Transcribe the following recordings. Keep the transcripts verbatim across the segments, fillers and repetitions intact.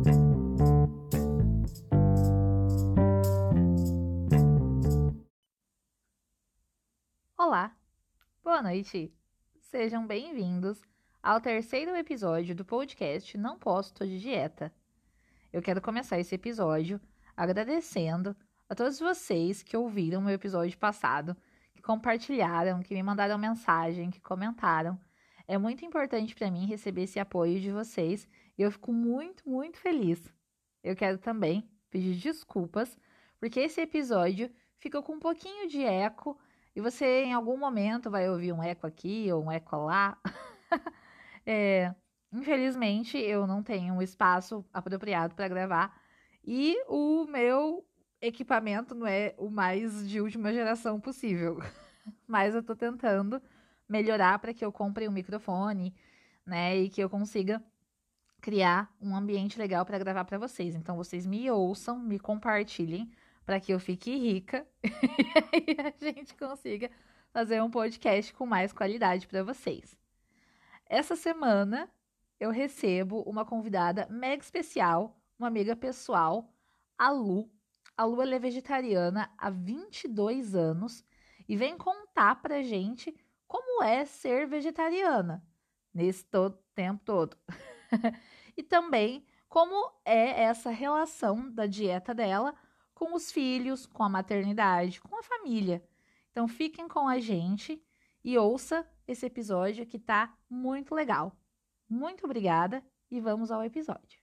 Olá, boa noite. Sejam bem-vindos ao terceiro episódio do podcast Não Posso, Tô de Dieta. Eu quero começar esse episódio agradecendo a todos vocês que ouviram meu episódio passado, que compartilharam, que me mandaram mensagem, que comentaram. É muito importante para mim receber esse apoio de vocês e eu fico muito, muito feliz. Eu quero também pedir desculpas, porque esse episódio ficou com um pouquinho de eco e você em algum momento vai ouvir um eco aqui ou um eco lá. É, infelizmente, eu não tenho um espaço apropriado para gravar e o meu equipamento não é o mais de última geração possível. Mas eu tô tentando melhorar para que eu compre um microfone, né, e que eu consiga criar um ambiente legal para gravar para vocês. Então vocês me ouçam, me compartilhem para que eu fique rica e a gente consiga fazer um podcast com mais qualidade para vocês. Essa semana eu recebo uma convidada mega especial, uma amiga pessoal, a Lu. A Lu ela é vegetariana há vinte e dois anos e vem contar pra gente como é ser vegetariana nesse todo, tempo todo. E também como é essa relação da dieta dela com os filhos, com a maternidade, com a família. Então fiquem com a gente e ouça esse episódio que tá muito legal. Muito obrigada e vamos ao episódio.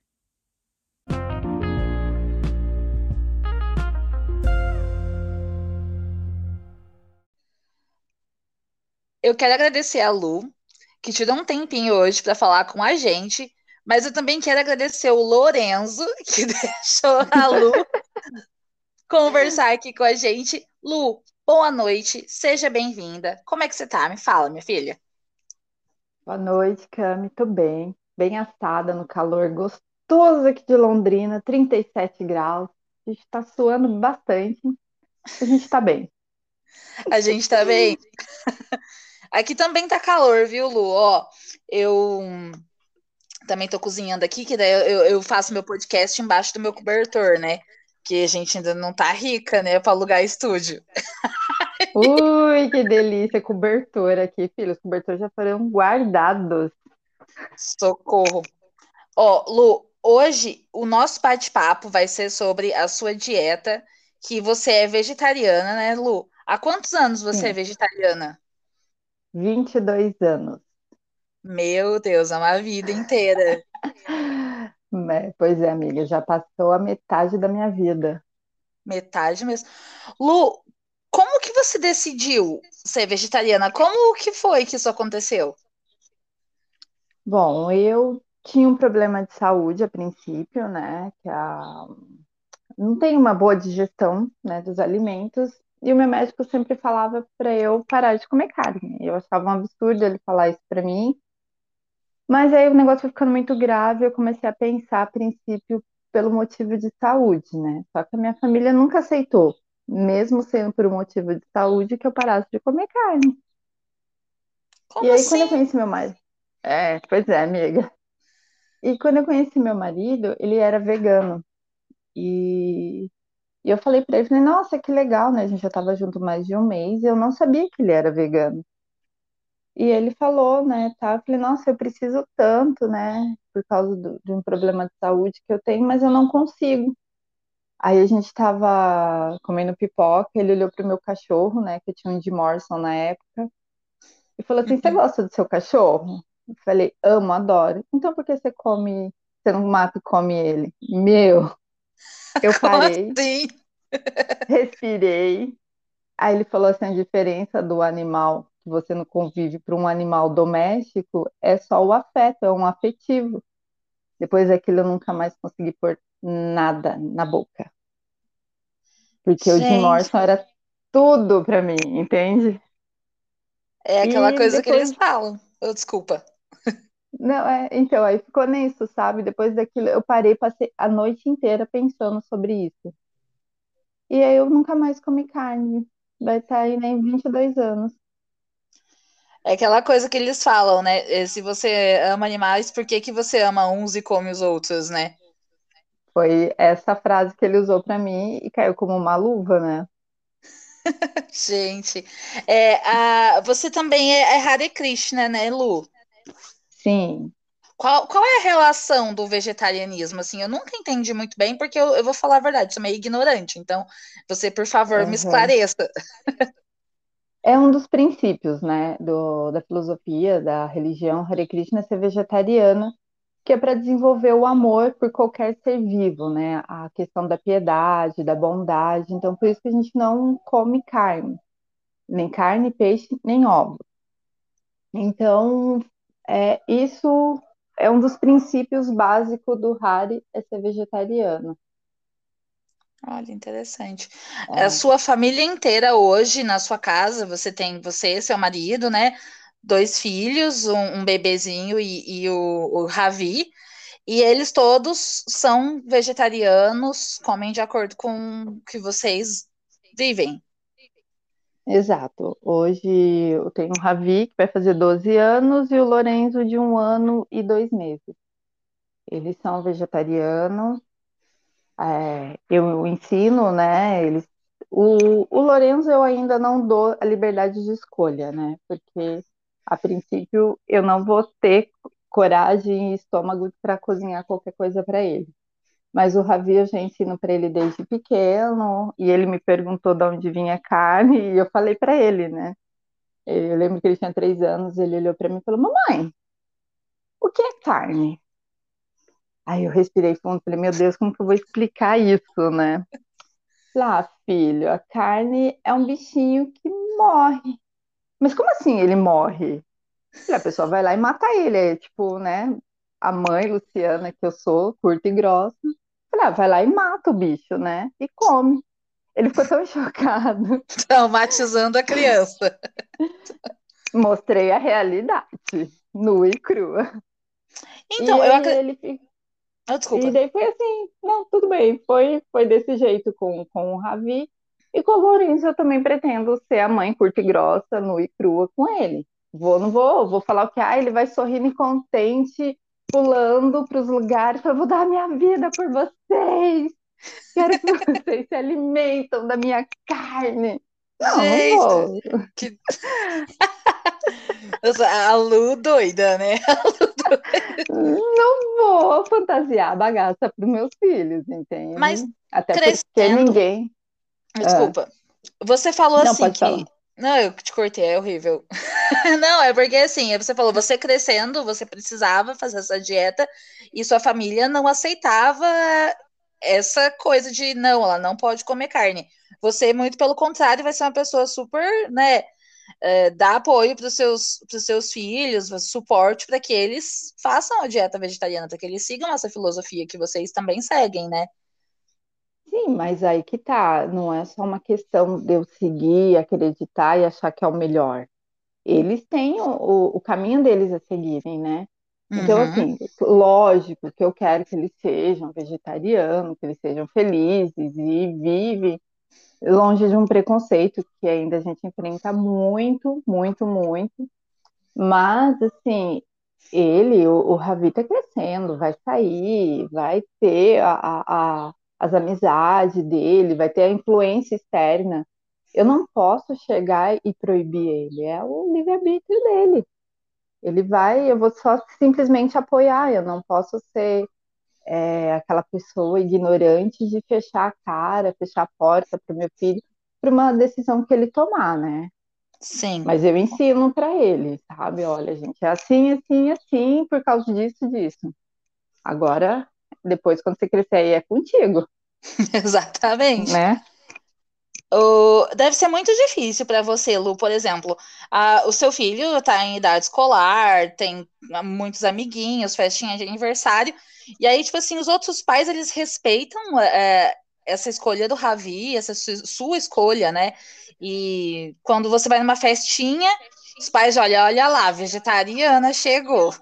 Eu quero agradecer a Lu, que tirou um tempinho hoje para falar com a gente, mas eu também quero agradecer o Lorenzo, que deixou a Lu conversar aqui com a gente. Lu, boa noite, seja bem-vinda. Como é que você tá? Me fala, minha filha. Boa noite, Cami. Tô bem, bem assada no calor gostoso aqui de Londrina, trinta e sete graus. A gente tá suando bastante, a gente tá bem. A gente tá bem? Aqui também tá calor, viu, Lu? Ó, eu também tô cozinhando aqui, que daí eu, eu faço meu podcast embaixo do meu cobertor, né? Que a gente ainda não tá rica, né, para alugar estúdio. Ui, que delícia! Cobertor aqui, filho. Os cobertores já foram guardados. Socorro. Ó, Lu, hoje o nosso bate-papo vai ser sobre a sua dieta, que você é vegetariana, né, Lu? Há quantos anos você é Sim, vegetariana? vinte e dois anos. Meu Deus, é uma vida inteira. É, pois é, amiga, já passou a metade da minha vida. Metade mesmo. Lu, como que você decidiu ser vegetariana? Como que foi que isso aconteceu? Bom, eu tinha um problema de saúde a princípio, né? Que a não tenho uma boa digestão, né, dos alimentos, e o meu médico sempre falava para eu parar de comer carne. Eu achava um absurdo ele falar isso para mim, mas aí o negócio foi ficando muito grave, eu comecei a pensar a princípio pelo motivo de saúde, né? Só que a minha família nunca aceitou, mesmo sendo por um motivo de saúde, que eu parasse de comer carne. E Como aí quando eu assim? conheci meu marido, é, pois é, amiga. E quando eu conheci meu marido, ele era vegano. E E eu falei pra ele, falei, nossa, que legal, né? A gente já tava junto mais de um mês e eu não sabia que ele era vegano. E ele falou, né, tá? Eu falei, nossa, eu preciso tanto, né? Por causa do- de um problema de saúde que eu tenho, mas eu não consigo. Aí a gente tava comendo pipoca, ele olhou pro meu cachorro, né? Que eu tinha um de Morrison na época, e falou assim: Você gosta do seu cachorro? Eu falei, amo, adoro. Então por que você come, você não mata e come ele? Meu, eu Como parei, assim? respirei. Aí ele falou assim: a diferença do animal que você não convive para um animal doméstico é só o afeto, é um afetivo. Depois daquilo eu nunca mais consegui pôr nada na boca. Porque o Jim Gente, Morrison era tudo para mim, entende? é aquela E coisa que eles depois, falam. Oh, desculpa. não, é, então, aí ficou nisso, sabe? Depois daquilo eu parei, passei a noite inteira pensando sobre isso. E aí eu nunca mais comi carne. Vai estar aí nem vinte e dois anos. É aquela coisa que eles falam, né? Eh, Se você ama animais, por que que você ama uns e come os outros, né? Foi essa frase que ele usou pra mim e caiu como uma luva, né? Gente, é, a, você também é, é Hare Krishna, né, Lu? Sim. Qual, qual é a relação do vegetarianismo? Assim, eu nunca entendi muito bem, porque eu, eu vou falar a verdade, sou meio ignorante. Então, você, por favor, me Aham. esclareça. É um dos princípios, né, do, da filosofia, da religião Hare Krishna ser vegetariana, que é para desenvolver o amor por qualquer ser vivo, né? A questão da piedade, da bondade. Então, por isso que a gente não come carne, nem carne, peixe, nem ovo. Então, é, isso é um dos princípios básicos do Hare, é ser vegetariano. Olha, interessante. A É, sua família inteira hoje na sua casa, você tem você, seu marido, né? Dois filhos, um, um bebezinho e, e o, o Ravi. E eles todos são vegetarianos, comem de acordo com o que vocês vivem. exato. Hoje eu tenho o Ravi, que vai fazer doze anos, e o Lorenzo, de um ano e dois meses. Eles são vegetarianos, é, eu ensino, né? Eles, o, o Lorenzo eu ainda não dou a liberdade de escolha, né? Porque, a princípio, eu não vou ter coragem e estômago para cozinhar qualquer coisa para ele. Mas o Ravi eu já ensino para ele desde pequeno, e ele me perguntou de onde vinha a carne, e eu falei para ele, né? Eu lembro que ele tinha três anos, ele olhou para mim e falou: Mamãe, o que é carne? Aí eu respirei fundo e falei: Meu Deus, como que eu vou explicar isso, né? Lá, filho, a carne é um bichinho que morre. Mas como assim ele morre? Falei, a pessoa vai lá e mata ele. Aí, tipo, né? A mãe, Luciana, que eu sou, curta e grossa. Falei, ah, vai lá e mata o bicho, né? E come. Ele ficou tão chocado. Traumatizando a criança. Mostrei a realidade, nua e crua. E Então, eu aí acredito. ele fi- Oh, e desculpa. daí foi assim, não, tudo bem, foi, foi desse jeito com, com o Ravi. E com o Lourenço eu também pretendo ser a mãe curta e grossa, nua e crua com ele. Vou, não vou, vou falar o que, ah, ele vai sorrindo e contente, pulando para os lugares, eu vou dar a minha vida por vocês, quero que vocês se alimentam da minha carne. Não, não Gente, vou. que... Nossa, a Lu doida, né? Não vou fantasiar a bagaça para os meus filhos, entende? Mas Até porque crescendo. ninguém. Ah, Desculpa. Você falou não, assim pode que. falar. Não, eu te cortei, é horrível. Não, é porque assim, você falou, você crescendo, você precisava fazer essa dieta e sua família não aceitava essa coisa de não, ela não pode comer carne. Você, muito pelo contrário, vai ser uma pessoa super, né, é, dá apoio para os seus, pros seus filhos, suporte para que eles façam a dieta vegetariana, para que eles sigam essa filosofia que vocês também seguem, né? Sim, mas aí que tá, não é só uma questão de eu seguir, acreditar e achar que é o melhor. Eles têm o, o, o caminho deles a seguirem, né? Então, Uhum. assim, lógico que eu quero que eles sejam vegetarianos, que eles sejam felizes e vivem longe de um preconceito que ainda a gente enfrenta muito, muito, muito. Mas, assim, ele, o, o Ravi tá crescendo, vai sair, vai ter a, a, a- as amizades dele, vai ter a influência externa. Eu não posso chegar e proibir ele, é o livre-arbítrio dele. Ele vai, eu vou só simplesmente apoiar, eu não posso ser é, aquela pessoa ignorante de fechar a cara, fechar a porta para o meu filho, para uma decisão que ele tomar, né? Sim. Mas eu ensino para ele, sabe? Olha, gente, é assim, assim, assim, por causa disso, disso. Agora, depois, quando você crescer aí, é contigo, Exatamente. né? O- deve ser muito difícil para você, Lu, por exemplo. A- o seu filho está em idade escolar, tem ah, muitos amiguinhos, festinha de aniversário, e aí, tipo assim, os outros pais, eles respeitam é, essa escolha do Ravi, essa su- sua escolha, né? E quando você vai numa festinha, os pais olham, olha lá, a vegetariana chegou.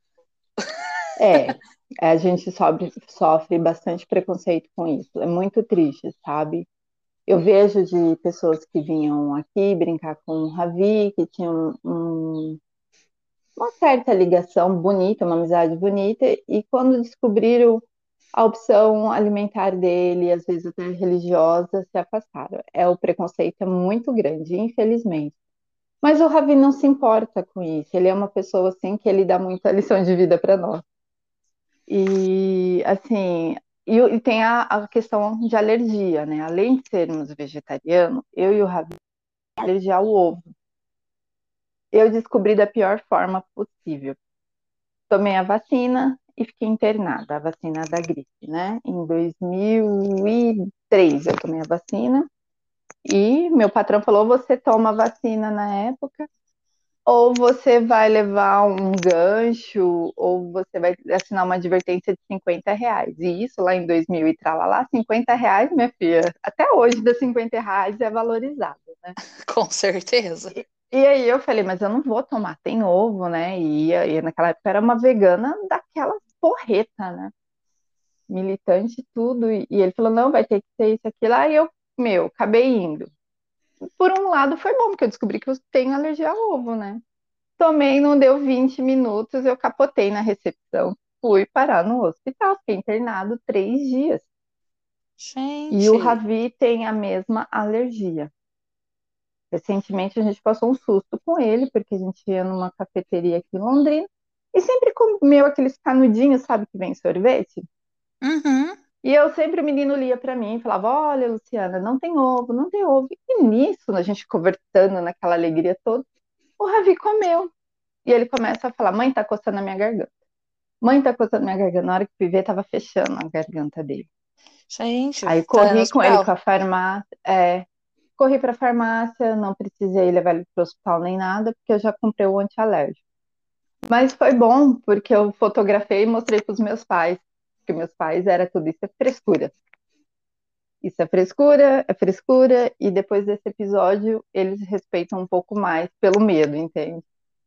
É, a gente sofre, sofre bastante preconceito com isso. É muito triste, sabe? Eu vejo de pessoas que vinham aqui brincar com o Ravi, que tinham um- uma certa ligação bonita, uma amizade bonita, e quando descobriram a opção alimentar dele, às vezes até religiosa, se afastaram. É, o preconceito é muito grande, infelizmente. Mas o Ravi não se importa com isso. Ele é uma pessoa assim que ele dá muita lição de vida para nós. E assim, e, e tem a, a questão de alergia, né? Além de sermos vegetarianos, eu e o Ravi temos alergia ao ovo. Eu descobri da pior forma possível. Tomei a vacina e fiquei internada, a vacina da gripe, né? Em dois mil e três eu tomei a vacina e meu patrão falou: você toma a vacina na época, ou você vai levar um gancho, ou você vai assinar uma advertência de cinquenta reais. E isso lá em dois mil e tralalá, cinquenta reais, minha filha, até hoje das cinquenta reais é valorizado, né? Com certeza. E, e aí eu falei, mas eu não vou tomar, tem ovo, né? E, e naquela época era uma vegana daquela porreta, né? Militante e tudo. E, e ele falou, não, vai ter que ser isso, aquilo. Aí eu, meu, acabei indo. Por um lado foi bom, porque eu descobri que eu tenho alergia a ovo, né? Tomei, não deu vinte minutos, eu capotei na recepção. Fui parar no hospital, fiquei internado três dias. E o Gente, Ravi tem a mesma alergia. Recentemente a gente passou um susto com ele, porque a gente ia numa cafeteria aqui em Londrina e sempre comeu aqueles canudinhos, sabe, que vem sorvete? uhum. E eu sempre, o menino lia para mim e falava: olha, Luciana, não tem ovo, não tem ovo. E nisso, a gente conversando naquela alegria toda, o Ravi comeu. E ele começa a falar: mãe, tá coçando a minha garganta. Mãe, tá coçando a minha garganta. Na hora que eu fui ver, tava fechando a garganta dele. Gente, Aí tá no corri com ele hospital. para a farmácia. É, corri para a farmácia, não precisei levar ele para o hospital nem nada, porque eu já comprei o antialérgico. Mas foi bom, porque eu fotografei e mostrei para os meus pais, porque meus pais era tudo isso é frescura. Isso é frescura, é frescura, e depois desse episódio eles respeitam um pouco mais pelo medo, entende?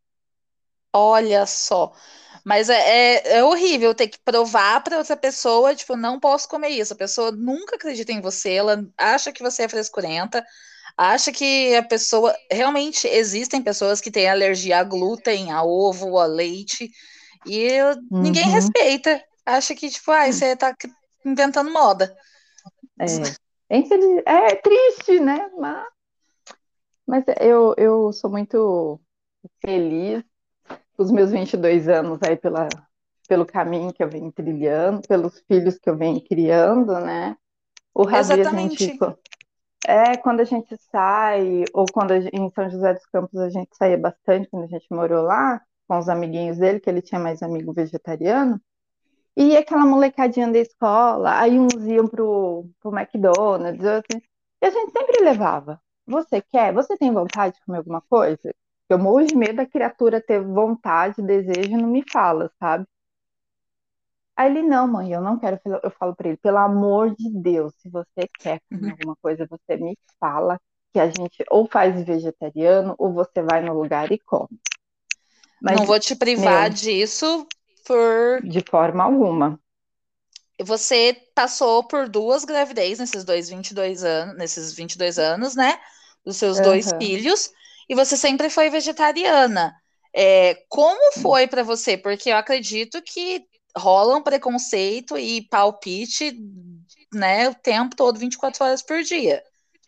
Olha só. Mas é, é, é horrível ter que provar para outra pessoa, tipo, não posso comer isso. A pessoa nunca acredita em você, ela acha que você é frescurenta, acha que a pessoa. Realmente existem pessoas que têm alergia a glúten, a ovo, a leite, e ninguém Uhum, respeita. Acha que, tipo, ah, você tá inventando moda. é. É, infeliz- é triste, né? Mas, mas eu, eu sou muito feliz com os meus vinte e dois anos aí pela, pelo caminho que eu venho trilhando, pelos filhos que eu venho criando, né? O Rabi, a gente, Exatamente. é, quando a gente sai, ou quando a gente, em São José dos Campos a gente saía bastante, quando a gente morou lá, com os amiguinhos dele, que ele tinha mais amigo vegetariano, e aquela molecadinha da escola, aí uns iam pro, pro McDonald's, outros- e a gente sempre levava. Você quer? Você tem vontade de comer alguma coisa? Eu morro de medo da criatura ter vontade, desejo e não me fala, sabe? Aí ele, não, mãe, eu não quero. Eu falo pra ele, pelo amor de Deus, se você quer comer Uhum. alguma coisa, você me fala que a gente ou faz vegetariano ou você vai no lugar e come. Mas, Não vou te privar meu, disso por. de forma alguma. Você passou por duas gravidez nesses dois vinte e dois anos, nesses vinte e dois anos, né? Dos seus dois Aham. filhos, e você sempre foi vegetariana. É, como Sim. foi para você? Porque eu acredito que rola um preconceito e palpite, né, o tempo todo, vinte e quatro horas por dia.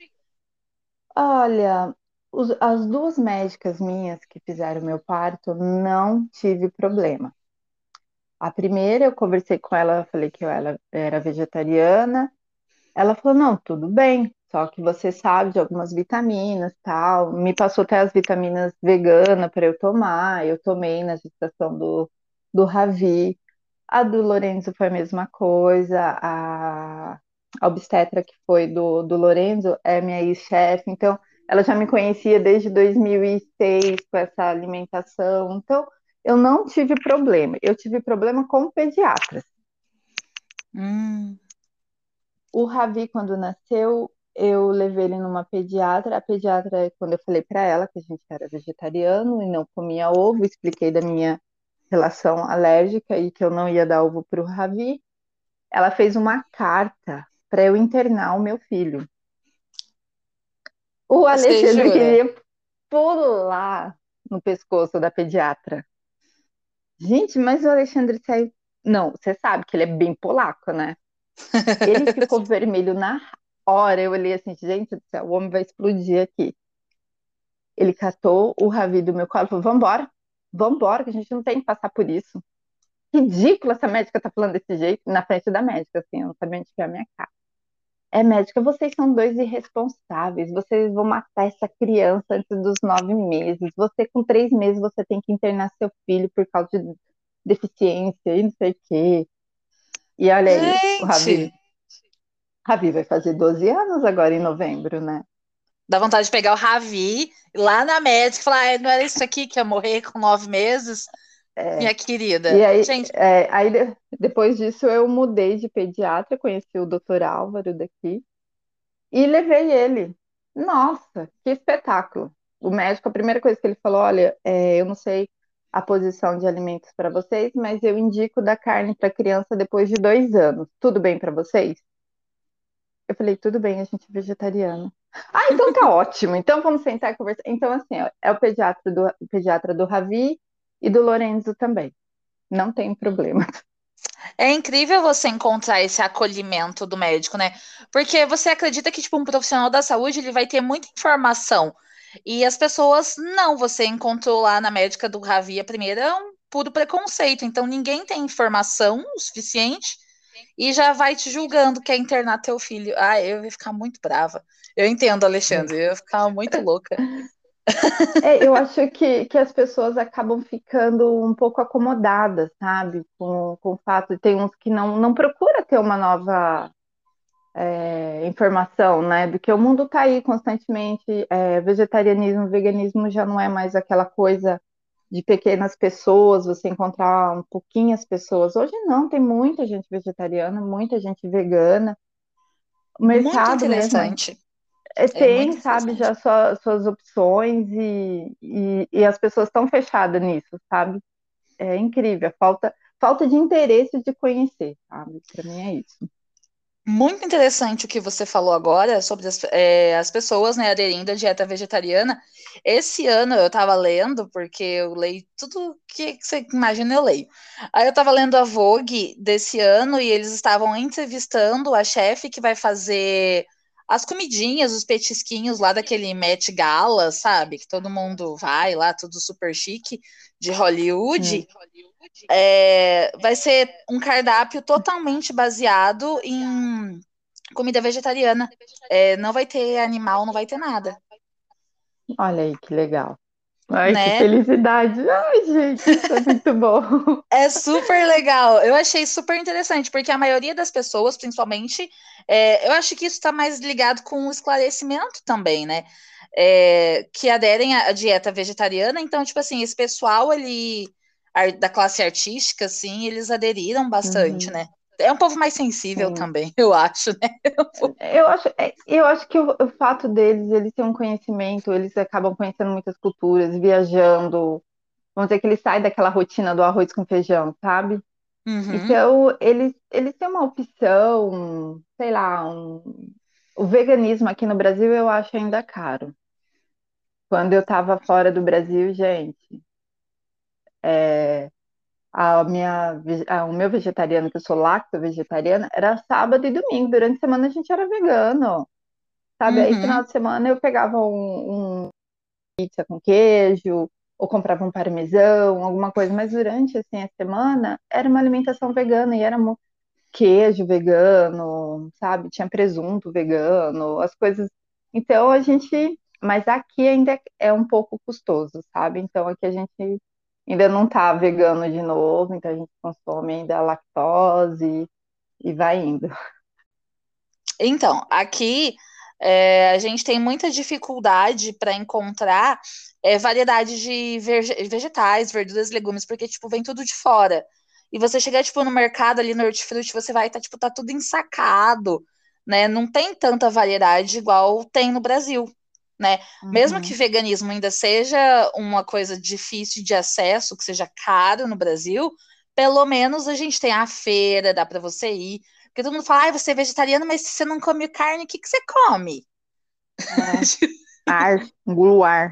Olha, os- as duas médicas minhas que fizeram meu parto, não tive problema. A primeira, eu conversei com ela, falei que eu ela era vegetariana. Ela falou, não, tudo bem, só que você sabe de algumas vitaminas, tal. Me passou até as vitaminas veganas para eu tomar. Eu tomei na gestação do, do Ravi. A do Lorenzo foi a mesma coisa. A, a obstetra que foi do, do Lorenzo é minha ex-chefe, então ela já me conhecia desde dois mil e seis com essa alimentação. Então eu não tive problema. Eu tive problema com pediatras. Hum, O Ravi, quando nasceu, eu levei ele numa pediatra. A pediatra, quando eu falei para ela que a gente era vegetariano e não comia ovo, expliquei da minha relação alérgica e que eu não ia dar ovo para o Ravi, ela fez uma carta para eu internar o meu filho. O você Alexandre jura? queria pular no pescoço da pediatra. Gente, mas o Alexandre saiu. Não, você sabe que ele é bem polaco, né? Ele ficou vermelho na hora. Eu olhei assim, gente do céu, o homem vai explodir aqui. Ele catou o Ravi do meu colo e falou: vambora, vambora, que a gente não tem que passar por isso. Ridículo essa médica tá falando desse jeito, na frente da médica, assim, eu não sabia onde que era a minha cara. É, médica, vocês são dois irresponsáveis, vocês vão matar essa criança antes dos nove meses. Você, com três meses, você tem que internar seu filho por causa de deficiência e não sei o quê. E olha aí, o Ravi, Gente, Ravi vai fazer doze anos agora em novembro, né? dá vontade de pegar o Ravi ir lá na médica e falar: "Ah, não era isso aqui que ia morrer com nove meses, É, minha e querida." aí, Gente, é, aí de- depois disso eu mudei de pediatra, conheci o doutor Álvaro daqui e levei ele. Nossa, que espetáculo! O médico, a primeira coisa que ele falou: olha, é, eu não sei a posição de alimentos para vocês, mas eu indico dar carne para criança depois de dois anos. Tudo bem para vocês? Eu falei: tudo bem, a gente é vegetariano. Ah, então tá ótimo. Então vamos sentar e conversar. Então, assim, ó, é o pediatra do, o pediatra do Ravi e do Lorenzo também. Não tem problema. é incrível você encontrar esse acolhimento do médico, né? Porque você acredita que, tipo, um profissional da saúde, ele vai ter muita informação. E as pessoas, não, você encontrou lá na médica do Ravi a primeira, é um puro preconceito. Então, ninguém tem informação o suficiente e já vai te julgando, quer internar teu filho. Ah, eu ia ficar muito brava. Eu entendo, Alexandre, eu ia ficar muito louca. É, eu acho que, que as pessoas acabam ficando um pouco acomodadas, sabe? Com, com o fato de tem uns que não, não procura ter uma nova é, informação, né? Do que o mundo está aí constantemente. É, vegetarianismo, veganismo já não é mais aquela coisa de pequenas pessoas, você encontrar um pouquinhas pessoas. Hoje não, tem muita gente vegetariana, muita gente vegana. O Muito mercado mesmo interessante. é, É muito tem, sabe, interessante. já sua- suas opções e, e, e as pessoas estão fechadas nisso, sabe? É incrível, falta, falta de interesse de conhecer, sabe? Para mim é isso. Muito interessante o que você falou agora sobre as, é, as pessoas, né, aderindo à dieta vegetariana. Esse ano eu estava lendo, porque eu leio tudo que você imagina, eu leio. Aí eu estava lendo a Vogue desse ano e eles estavam entrevistando a chefe que vai fazer as comidinhas, os petisquinhos lá daquele Met Gala, sabe? Que todo mundo vai lá, tudo super chique, de Hum. Hollywood. É, vai ser um cardápio totalmente baseado em comida vegetariana. É, não vai ter animal, não vai ter nada, Olha aí que legal. Ai, que né? felicidade. Ai, gente, isso é muito bom. É super legal. Eu achei super interessante, porque a maioria das pessoas, principalmente, é, eu acho que isso está mais ligado com o esclarecimento também, né? É, que aderem à dieta vegetariana. Então, tipo assim, esse pessoal ali ar- da classe artística, assim, eles aderiram bastante, Uhum, né? É um povo mais sensível sim. também, eu acho, né? Eu acho, é, eu acho que o, o fato deles, eles têm um conhecimento, eles acabam conhecendo muitas culturas, viajando. Vamos dizer que eles saem daquela rotina do arroz com feijão, sabe? Uhum. Então, eles, eles têm uma opção, sei lá, um, o veganismo aqui no Brasil eu acho ainda caro. Quando eu estava fora do Brasil, gente, a minha, ve- a- o meu vegetariano, que eu sou lacto-vegetariana, era sábado e domingo. Durante a semana a gente era vegano, sabe? Aí final Uhum. de semana eu pegava um, um pizza com queijo, ou comprava um parmesão, alguma coisa. Mas durante, assim, a semana era uma alimentação vegana e era mu- queijo vegano, sabe? Tinha presunto vegano, as coisas. Então a gente. Mas aqui ainda é um pouco custoso, sabe? Então aqui a gente ainda não tá vegano de novo, então a gente consome ainda lactose e vai indo. Então, aqui é, a gente tem muita dificuldade para encontrar é, variedade de verge- vegetais, verduras, legumes, porque, tipo, vem tudo de fora. E você chegar, tipo, no mercado ali no hortifruti, você vai estar, tipo, tá tudo ensacado, né? Não tem tanta variedade igual tem no Brasil, né? Mesmo que Uhum. veganismo ainda seja uma coisa difícil de acesso, que seja caro no Brasil, pelo menos a gente tem a feira, dá para você ir. Porque todo mundo fala, ah, você é vegetariano, mas se você não come carne, o que, que você come? É, ar, engulo ar.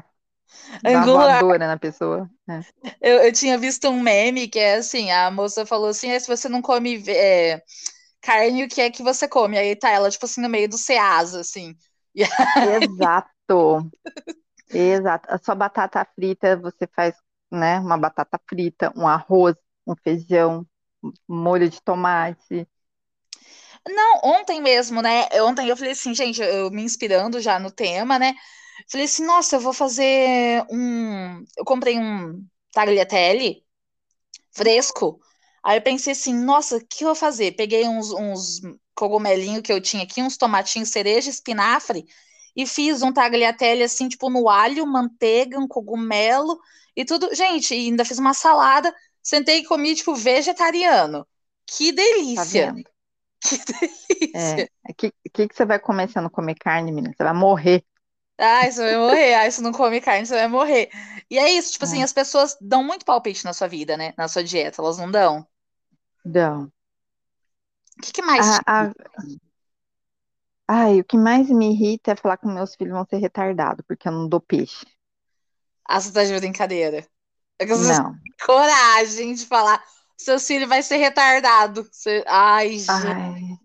Dá uma Angular. voadora na pessoa. É. Eu, eu tinha visto um meme que é assim, a moça falou assim, "É, se você não come é, carne, o que é que você come?" Aí tá ela, tipo assim, no meio do Ceasa, assim. E Exato, exato. A sua batata frita, você faz, né, uma batata frita, um arroz, um feijão, um molho de tomate. não, ontem mesmo, né? Ontem eu falei assim, gente, eu me inspirando já no tema, né? Falei assim, nossa, eu vou fazer um. Eu comprei um tagliatelle fresco. Aí eu pensei assim, nossa, o que eu vou fazer? Peguei uns, uns cogumelinhos que eu tinha aqui, uns tomatinhos cereja, espinafre, e fiz um tagliatelle assim, tipo, no alho, manteiga, um cogumelo e tudo. Gente, e ainda fiz uma salada, sentei e comi, tipo, vegetariano. Que Tá delícia! vendo? Que É. delícia! O que, que, que você vai comer se não comer carne, menina? Você vai morrer. Ai, você vai morrer. Ai, se não come carne, você vai morrer. E é isso, tipo assim, É. as pessoas dão muito palpite na sua vida, né? Na sua dieta, elas não dão. Então, O que que mais a, te a, irrita, assim? ai, o que mais me irrita é falar que meus filhos vão ser retardados, porque eu não dou peixe. Ah, você tá de brincadeira. É que você Não. tem coragem de falar, seu filho vai ser retardado. Você- Ai, gente. Ai,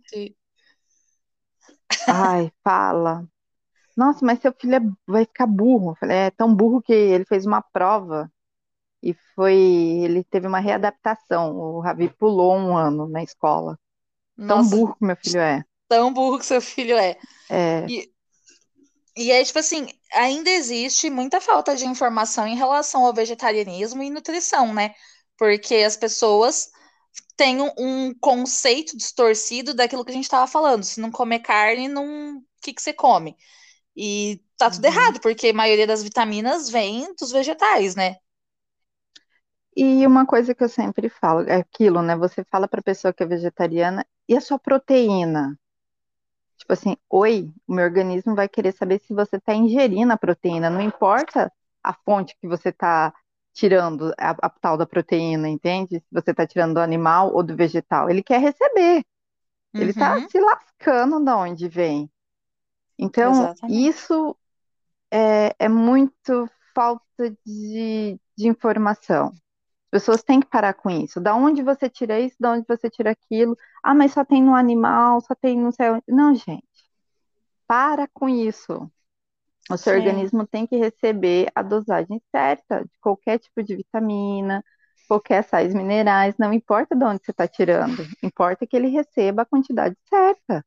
ai, fala. Nossa, mas seu filho é- vai ficar burro. Eu falei, é tão burro que ele fez uma prova e foi, ele teve uma readaptação. O Ravi pulou um ano na escola. Tão Nossa, burro que meu filho é. tão burro que seu filho é. É, E, e é tipo assim, ainda existe muita falta de informação em relação ao vegetarianismo e nutrição, né? Porque as pessoas têm um, um conceito distorcido daquilo que a gente estava falando. Se não comer carne, não... o que que você come? E tá tudo uhum. errado, porque a maioria das vitaminas vem dos vegetais, né? E uma coisa que eu sempre falo é aquilo, né? Você fala para pessoa que é vegetariana e a sua proteína. Tipo assim, oi, o meu organismo vai querer saber se você está ingerindo a proteína, não importa a fonte que você está tirando a, a tal da proteína, entende? Se você está tirando do animal ou do vegetal, ele quer receber, ele está Uhum, se lascando de onde vem. Então, exatamente. isso é, é muito falta de, de informação. As pessoas têm que parar com isso. Da onde você tira isso, da onde você tira aquilo? Ah, mas só tem no animal, só tem no céu. Não, gente, para com isso. O seu Sim, organismo tem que receber a dosagem certa de qualquer tipo de vitamina, qualquer sais minerais, não importa de onde você está tirando, importa que ele receba a quantidade certa.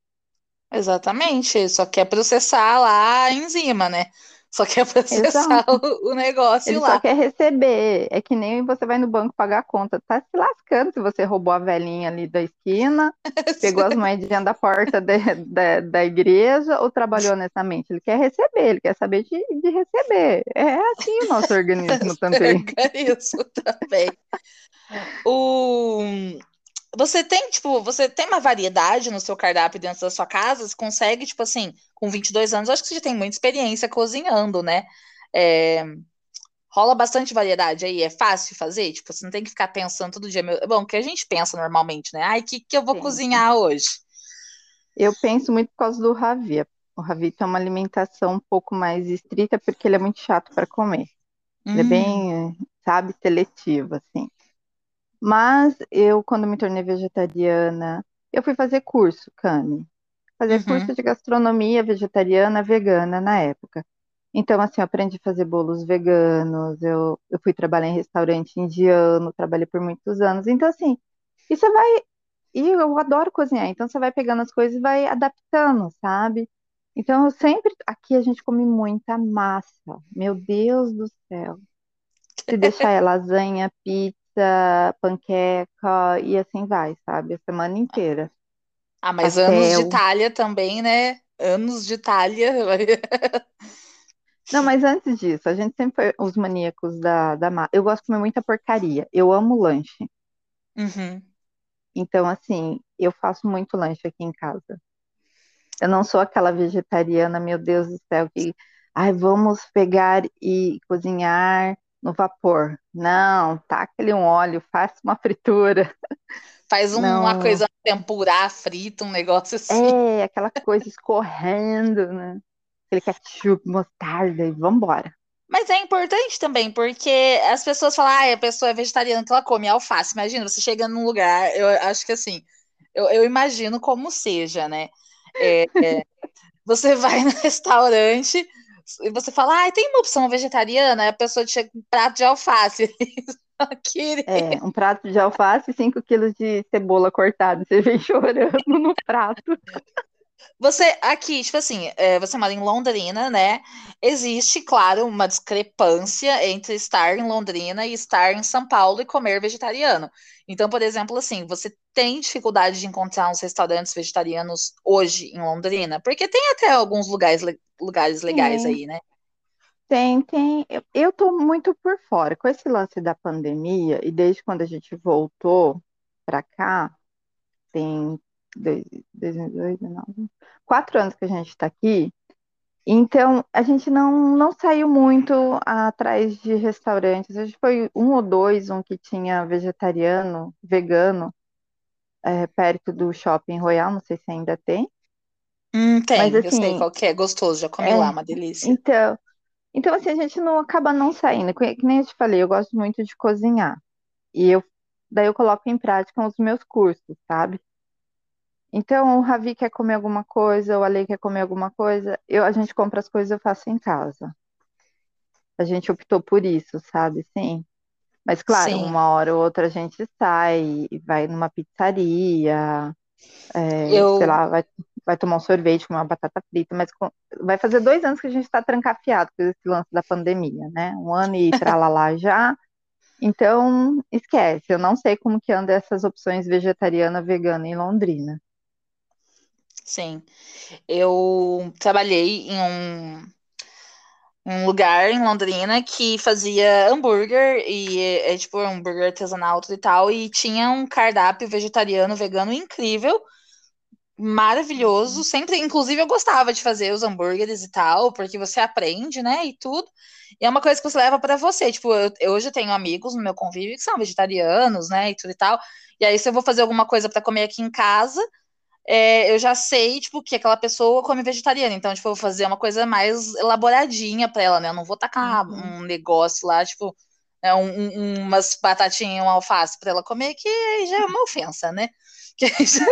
exatamente. Só quer processar lá a enzima, né? Só quer processar Exato. o, o negócio Ele só lá. quer receber. É que nem você vai no banco pagar a conta. Tá se lascando se você roubou a velhinha ali da esquina, pegou as moedinhas da porta de- da, da igreja ou trabalhou honestamente. Ele quer receber, ele quer saber de, de receber. É assim o nosso organismo também. Organismo também. O... Você tem, tipo, você tem uma variedade no seu cardápio dentro da sua casa? Você consegue, tipo assim, com vinte e dois anos, acho que você já tem muita experiência cozinhando, né? É, rola bastante variedade aí, é fácil fazer? Tipo, você não tem que ficar pensando todo dia. Meu... Bom, o que a gente pensa normalmente, né? Ai, o que, que eu vou Pensa. cozinhar hoje? Eu penso muito por causa do Ravi. O Ravi tem uma alimentação um pouco mais estrita porque ele é muito chato para comer. Ele é Hum, bem, sabe, seletivo, assim. Mas eu, quando me tornei vegetariana, eu fui fazer curso, Cami. Fazer curso uhum. de gastronomia vegetariana, vegana na época. Então, assim, eu aprendi a fazer bolos veganos, eu, eu fui trabalhar em restaurante indiano, trabalhei por muitos anos. Então, assim, e você vai. E eu adoro cozinhar, então você vai pegando as coisas e vai adaptando, sabe? Então, eu sempre. Aqui a gente come muita massa. Meu Deus do céu. Se deixar é lasanha, pizza, panqueca e assim vai, sabe? A semana inteira. Ah, mas anos de Pastel. Itália também, né? Anos de Itália. Não, mas antes disso, a gente sempre foi os maníacos da, da massa. Eu gosto de comer muita porcaria. Eu amo lanche. Uhum. Então, assim, eu faço muito lanche aqui em casa. Eu não sou aquela vegetariana, meu Deus do céu, que, ai, vamos pegar e cozinhar no vapor. Não, taca ali um óleo, faça uma fritura. Faz uma Não, coisa tempurá, frita, um negócio assim. é aquela coisa escorrendo, né? Aquele ketchup, mostarda e vambora. Mas é importante também, porque as pessoas falam, ah, a pessoa é vegetariana que ela come alface. Imagina, você chega num lugar, eu acho que assim, eu, eu imagino como seja, né? É, você vai no restaurante e você fala, ah, tem uma opção vegetariana? Aí a pessoa te chega com um prato de alface. Querido. É, um prato de alface e cinco quilos de cebola cortada. Você vem chorando no prato. Você, aqui, tipo assim, é, você mora em Londrina, né? Existe, claro, uma discrepância entre estar em Londrina e estar em São Paulo e comer vegetariano. Então, por exemplo, assim, você tem dificuldade de encontrar uns restaurantes vegetarianos hoje em Londrina? Porque tem até alguns lugares, le- lugares legais Sim, aí, né? tem, tem. Eu, eu tô muito por fora. Com esse lance da pandemia, e desde quando a gente voltou para cá, tem dois, dois, dois, nove, quatro anos que a gente está aqui. Então, a gente não, não saiu muito atrás de restaurantes. A gente foi um ou dois, um que tinha vegetariano, vegano, é, perto do Shopping Royal, não sei se ainda tem. Hum, Mas tem, eu sei assim, qual que é, gostoso, já comi lá, é, uma delícia. então, então assim, a gente não acaba não saindo. Que que nem eu te falei, eu gosto muito de cozinhar. E eu daí eu coloco em prática os meus cursos, sabe? Então, o Ravi quer comer alguma coisa, o Ale quer comer alguma coisa, eu, a gente compra as coisas e eu faço em casa. A gente optou por isso, sabe? Sim. Mas, claro, Sim, uma hora ou outra a gente sai, e vai numa pizzaria, é, sei eu. lá, vai, vai tomar um sorvete com uma batata frita, mas com- vai fazer dois anos que a gente está trancafiado com esse lance da pandemia, né? Um ano e tralalá já. Então, esquece, eu não sei como que anda essas opções vegetariana, vegana em Londrina. Sim, eu trabalhei em um, um lugar em Londrina que fazia hambúrguer e é, é tipo um hambúrguer artesanal tudo e tal, e tinha um cardápio vegetariano, vegano incrível, maravilhoso. Sempre, inclusive, eu gostava de fazer os hambúrgueres e tal, porque você aprende, né, e tudo. E é uma coisa que você leva para você. Tipo, eu, eu hoje tenho amigos no meu convívio que são vegetarianos, né, e tudo e tal. E aí, se eu vou fazer alguma coisa para comer aqui em casa, é, eu já sei, tipo, que aquela pessoa come vegetariana. Então, tipo, eu vou fazer uma coisa mais elaboradinha pra ela, né? Eu não vou tacar Uhum. um negócio lá, tipo, né, um- um- umas batatinhas, um alface pra ela comer, que aí já é uma ofensa, né? Que aí já-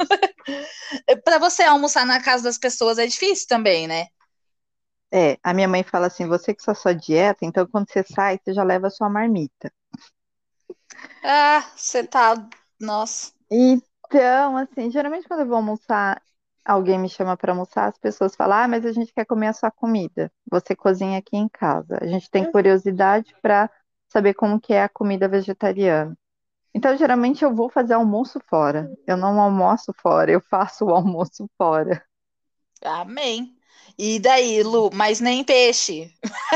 Pra você almoçar na casa das pessoas é difícil também, né? É, a minha mãe fala assim, você que só sua dieta, então quando você sai, você já leva a sua marmita. Ah, você tá. Nossa. Então, assim, geralmente quando eu vou almoçar, alguém me chama para almoçar, as pessoas falam, ah, mas a gente quer comer a sua comida. Você cozinha aqui em casa. A gente tem curiosidade para saber como que é a comida vegetariana. Então, geralmente eu vou fazer almoço fora. Eu não almoço fora, eu faço o almoço fora. Amém. E daí, Lu? Mas nem peixe.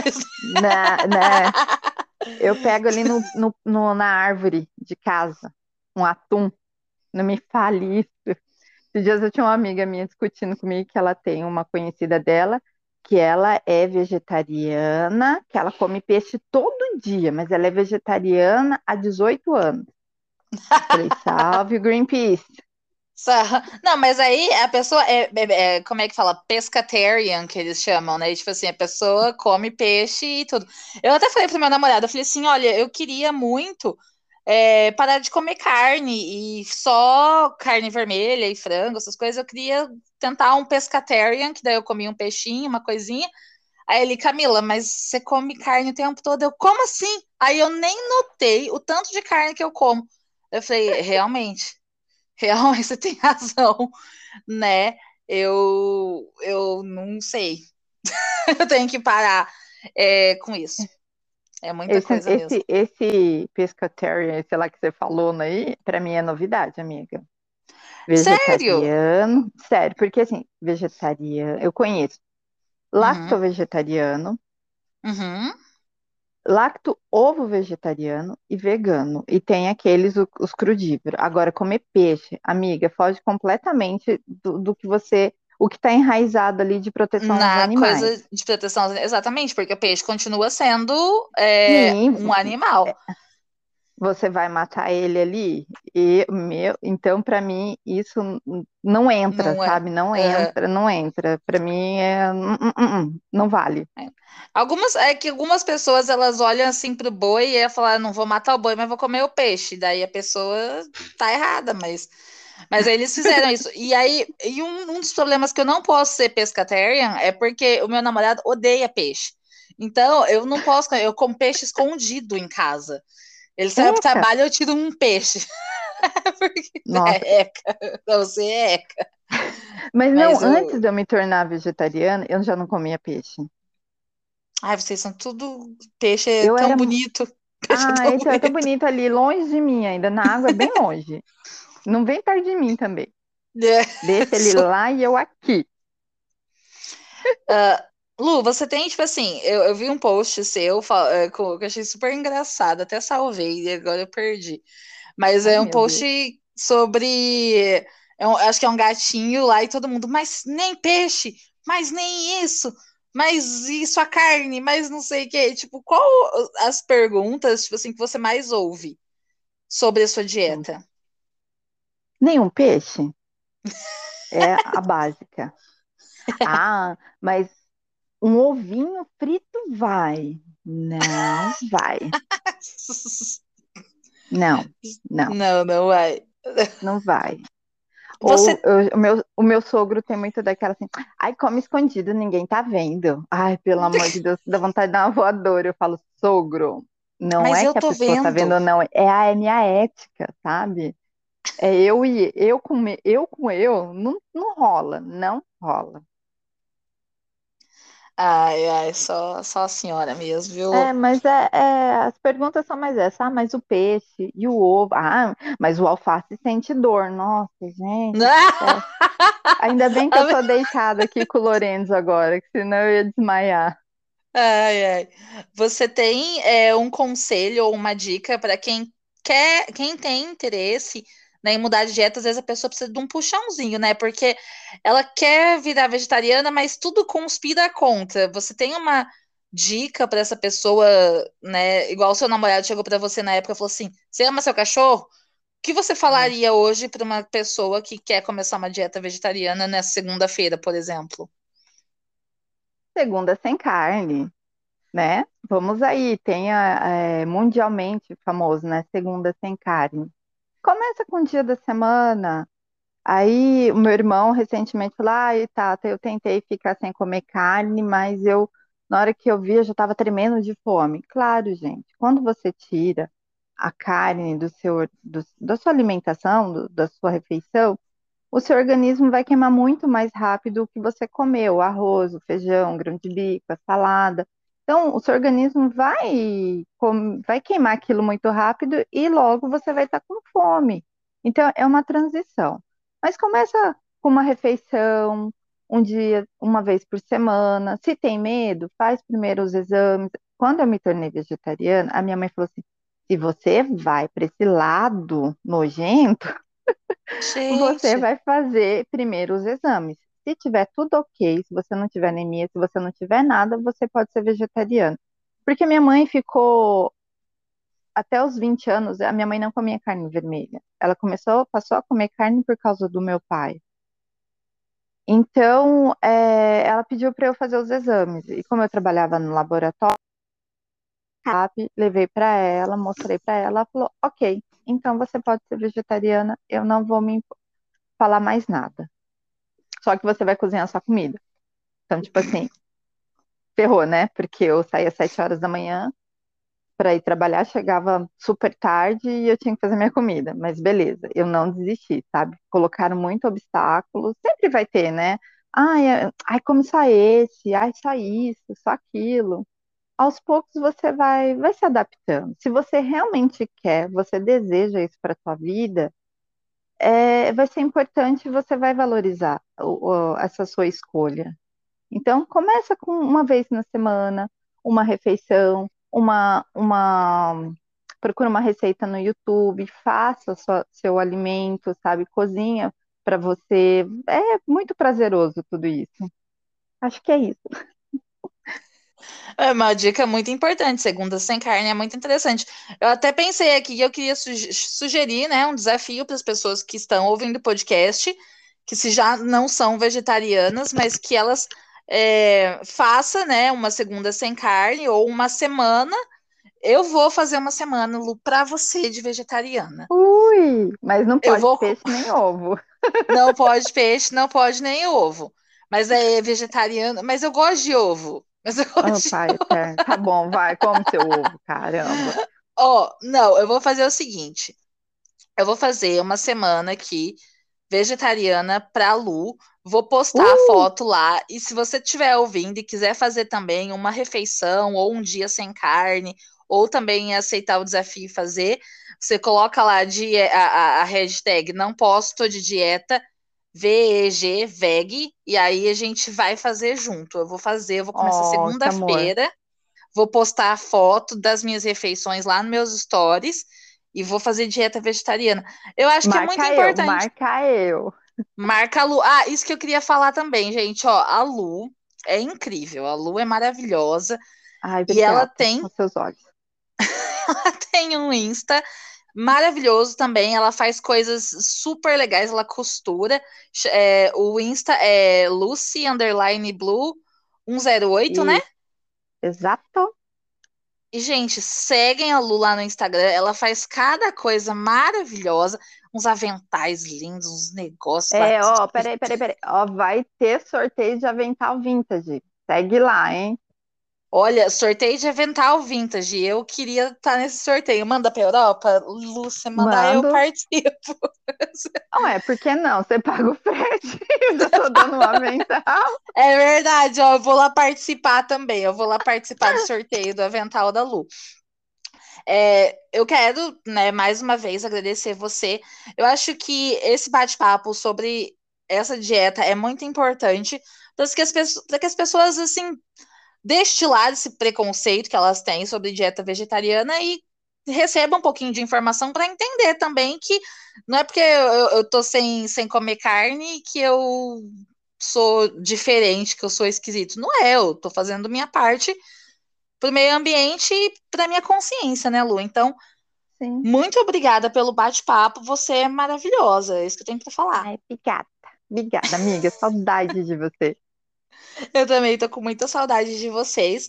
Na, né? Eu pego ali no, no- no- na árvore de casa um atum. Não me fale isso. Esses dias eu tinha uma amiga minha discutindo comigo que ela tem uma conhecida dela que ela é vegetariana, que ela come peixe todo dia, mas ela é vegetariana há dezoito anos. Falei, salve Greenpeace. Sa- Não, mas aí a pessoa é, é- é- como é que fala? Pescatarian, que eles chamam, né? E, tipo assim, a pessoa come peixe e tudo. Eu até falei pro meu namorado, eu falei assim, olha, eu queria muito é, parar de comer carne e só carne vermelha e frango, essas coisas. Eu queria tentar um pescatarian, que daí eu comia um peixinho, uma coisinha. Aí ele, Camila, mas você come carne o tempo todo? Eu, como assim? Aí eu nem notei o tanto de carne que eu como. Eu falei, realmente. Realmente você tem razão, né? Eu, eu não sei. Eu tenho que parar é, com isso. É muita Esse, coisa mesmo. esse, esse pescatarian, sei lá que você falou aí, para mim é novidade, amiga. Sério? Vegetariano, sério, porque assim, vegetariano, eu conheço Uhum, lacto-vegetariano, uhum. lacto-ovo vegetariano e vegano. E tem aqueles, o- os crudívoros. Agora, comer peixe, amiga, foge completamente do, do que você, o que está enraizado ali de proteção aos Na animais. coisa de proteção, exatamente, porque o peixe continua sendo é, Sim, um animal. Você vai matar ele ali? E meu, então para mim isso n- não entra, Não é. sabe? Não Aham. entra, não entra. Para mim é hum, hum, hum, hum, não vale. É. Algumas, é que algumas pessoas elas olham assim pro boi e ela fala, não vou matar o boi, mas vou comer o peixe. Daí a pessoa tá errada, mas, mas aí eles fizeram isso. E aí, e um, um dos problemas que eu não posso ser pescatarian é porque o meu namorado odeia peixe. Então, eu não posso, eu como peixe escondido em casa. Ele sai pro Eca! trabalho, eu tiro um peixe. Porque Nossa. é eca, pra você é eca. Mas não, Mas antes eu. de eu me tornar vegetariana, eu já não comia peixe. Ai, vocês são tudo. Peixe é Eu tão era. bonito. Peixe é Ah, tão então é tão bonito. bonito ali, longe de mim ainda, na água, bem longe. Não vem perto de mim também. É, Deixa ele sou- lá e eu aqui. Ah, Lu, você tem, tipo assim, eu, eu vi um post seu fa- é, com- que eu achei super engraçado, até salvei e agora eu perdi. Mas Ai, é um meu post Deus. sobre. É um- acho que é um gatinho lá e todo mundo, mas nem peixe, mas nem isso, mas isso a carne, mas não sei o quê. Tipo, qual as perguntas, tipo assim, que você mais ouve sobre a sua dieta? Nenhum peixe é a básica. Ah, mas um ovinho frito vai. Não vai. Não, não, Não, não vai. não vai. Ou Você. eu- o meu, o meu sogro tem muito daquela assim, ai, come escondido, ninguém tá vendo. Ai, pelo amor de Deus, dá vontade de dar uma voadora. Eu falo, sogro, não Mas é eu que a tô pessoa tá vendo vendo. ou não, é a é minha ética, sabe? É eu e eu com me- eu com eu, não, não rola, não rola. Ai, ai, só, só a senhora mesmo, É, viu? mas é, é, as perguntas são mais essas. Ah, mas o peixe e o ovo. Ah, mas o alface sente dor. Nossa, gente do céu. Ainda bem que eu tô deitada aqui com o Lorenzo agora, que senão eu ia desmaiar. Ai, ai. Você tem é, um conselho ou uma dica para quem quer, quem tem interesse, né, em mudar de dieta? Às vezes a pessoa precisa de um puxãozinho, né? Porque ela quer virar vegetariana, mas tudo conspira contra. Você tem uma dica para essa pessoa, né? Igual o seu namorado chegou para você na época e falou assim: Você ama seu cachorro? O que você É. falaria hoje para uma pessoa que quer começar uma dieta vegetariana nessa segunda-feira, por exemplo? Segunda sem carne, né? Vamos aí, tem a- é, mundialmente famoso, né? Segunda sem carne. Começa com o dia da semana. Aí o meu irmão recentemente falou: ai, Tata, eu tentei ficar sem comer carne, mas eu, na hora que eu vi, eu já estava tremendo de fome. Claro, gente, quando você tira a carne do seu, do- da sua alimentação, do- da sua refeição, o seu organismo vai queimar muito mais rápido o que você comeu, o arroz, o feijão, o grão de bico, a salada. Então, o seu organismo vai, com- vai queimar aquilo muito rápido e logo você vai estar com fome. Então, é uma transição. Mas começa com uma refeição, um dia, uma vez por semana. Se tem medo, faz primeiro os exames. Quando eu me tornei vegetariana, a minha mãe falou assim: se você vai para esse lado nojento, você Gente. vai fazer primeiro os exames. Se tiver tudo ok, se você não tiver anemia, se você não tiver nada, você pode ser vegetariano. Porque minha mãe ficou até os vinte anos, a minha mãe não comia carne vermelha. Ela começou, passou a comer carne por causa do meu pai. Então, é, ela pediu para eu fazer os exames. E como eu trabalhava no laboratório, sabe, levei para ela, mostrei para ela, ela falou: ok, então você pode ser vegetariana, eu não vou me falar mais nada. Só que você vai cozinhar a sua comida. Então, tipo assim, ferrou, né? Porque eu saía às sete horas da manhã para ir trabalhar, chegava super tarde e eu tinha que fazer minha comida. Mas beleza, eu não desisti, sabe? Colocaram muito obstáculo, sempre vai ter, né? Ai, é- ai, come só esse, ai, só isso, só aquilo. Aos poucos você vai, vai se adaptando. Se você realmente quer, você deseja isso para sua vida, é, vai ser importante, você vai valorizar o- o- essa sua escolha. Então, começa com uma vez na semana, uma refeição, uma, uma, procura uma receita no YouTube, faça sua- seu alimento, sabe? Cozinha para você. É muito prazeroso tudo isso. Acho que é isso. É uma dica muito importante. Segunda sem carne é muito interessante. Eu até pensei aqui, eu queria suge- sugerir, né, um desafio para as pessoas que estão ouvindo o podcast, que se já não são vegetarianas, mas que elas é, faça, né, uma segunda sem carne ou uma semana. Eu vou fazer uma semana, Lu, para você de vegetariana. Ui, mas não Eu pode vou, peixe nem ovo. não pode peixe, não pode nem ovo. Mas é vegetariano, mas eu gosto de ovo. Mas eu Oh, gosto de pai eterno. Tá bom, vai, come seu ovo, caramba. Ó, não, eu vou fazer o seguinte. Eu vou fazer uma semana aqui vegetariana pra Lu. Vou postar a Uh, foto lá. E se você estiver ouvindo e quiser fazer também uma refeição ou um dia sem carne, ou também aceitar o desafio e fazer, você coloca lá de, a, a, a hashtag não posto de dieta, V E G, veg, e aí a gente vai fazer junto. Eu vou fazer, eu vou começar oh, que amor. segunda-feira. Vou postar a foto das minhas refeições lá nos meus stories e vou fazer dieta vegetariana. Eu acho que é muito Marca eu, importante. marca eu. Marca a Lu. Ah, isso que eu queria falar também, gente. Ó, a Lu é incrível. A Lu é maravilhosa Ai, e ela obrigada, tem, com seus olhos. ela tem um Insta maravilhoso também. Ela faz coisas super legais. Ela costura. É, o Insta é Lucy underline Blue cento e oito, né? E, exato. E, gente, seguem a Lu lá no Instagram. Ela faz cada coisa maravilhosa. Uns aventais lindos, uns negócios lá. É, ó, peraí, peraí, peraí. Ó, vai ter sorteio de avental vintage. Segue lá, hein? Olha, sorteio de avental vintage. Eu queria estar nesse sorteio. Manda pra Europa? Lu, você mandar, eu Mando. participo. Não é, por que não? Você paga o frete. Eu já tô dando um avental. É verdade, ó. Eu vou lá participar também. Eu vou lá participar do sorteio do avental da Lu. É, eu quero, né, mais uma vez agradecer você. Eu acho que esse bate-papo sobre essa dieta é muito importante para que as pessoas, para que as pessoas assim deixem de lado esse preconceito que elas têm sobre dieta vegetariana e recebam um pouquinho de informação para entender também que não é porque eu, eu tô sem, sem comer carne que eu sou diferente, que eu sou esquisito. Não é, eu tô fazendo minha parte pro meio ambiente e pra minha consciência, né, Lu? Então, Sim. muito obrigada pelo bate-papo. Você é maravilhosa. É isso que eu tenho para falar. Ai, obrigada. Obrigada, amiga. Saudade de você. Eu também tô com muita saudade de vocês.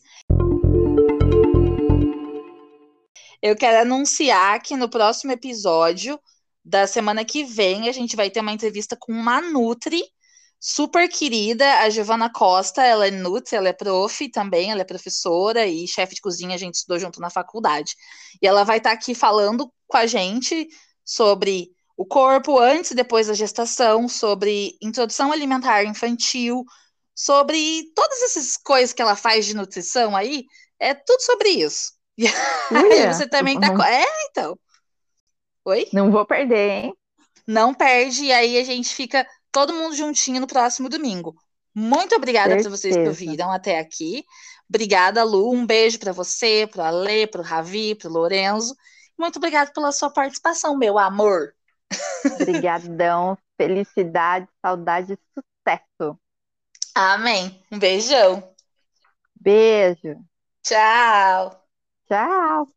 Eu quero anunciar que no próximo episódio da semana que vem a gente vai ter uma entrevista com uma Nutri super querida, a Giovana Costa. Ela é Nutri, ela é prof também, ela é professora e chefe de cozinha. A gente estudou junto na faculdade. E ela vai estar aqui falando com a gente sobre o corpo antes e depois da gestação, sobre introdução alimentar infantil, sobre todas essas coisas que ela faz de nutrição aí. É tudo sobre isso. Aí Uia, você também tá. não, É, então. Oi? não vou perder, hein? Não perde, e aí a gente fica todo mundo juntinho no próximo domingo. Muito obrigada para vocês que Certeza. ouviram até aqui. Obrigada, Lu. Um beijo para você, para o Ale, para o Ravi, para o Lorenzo. Muito obrigada pela sua participação, meu amor. Brigadão, felicidade, saudade e sucesso. Amém. Um beijão. Beijo. Tchau. Tchau.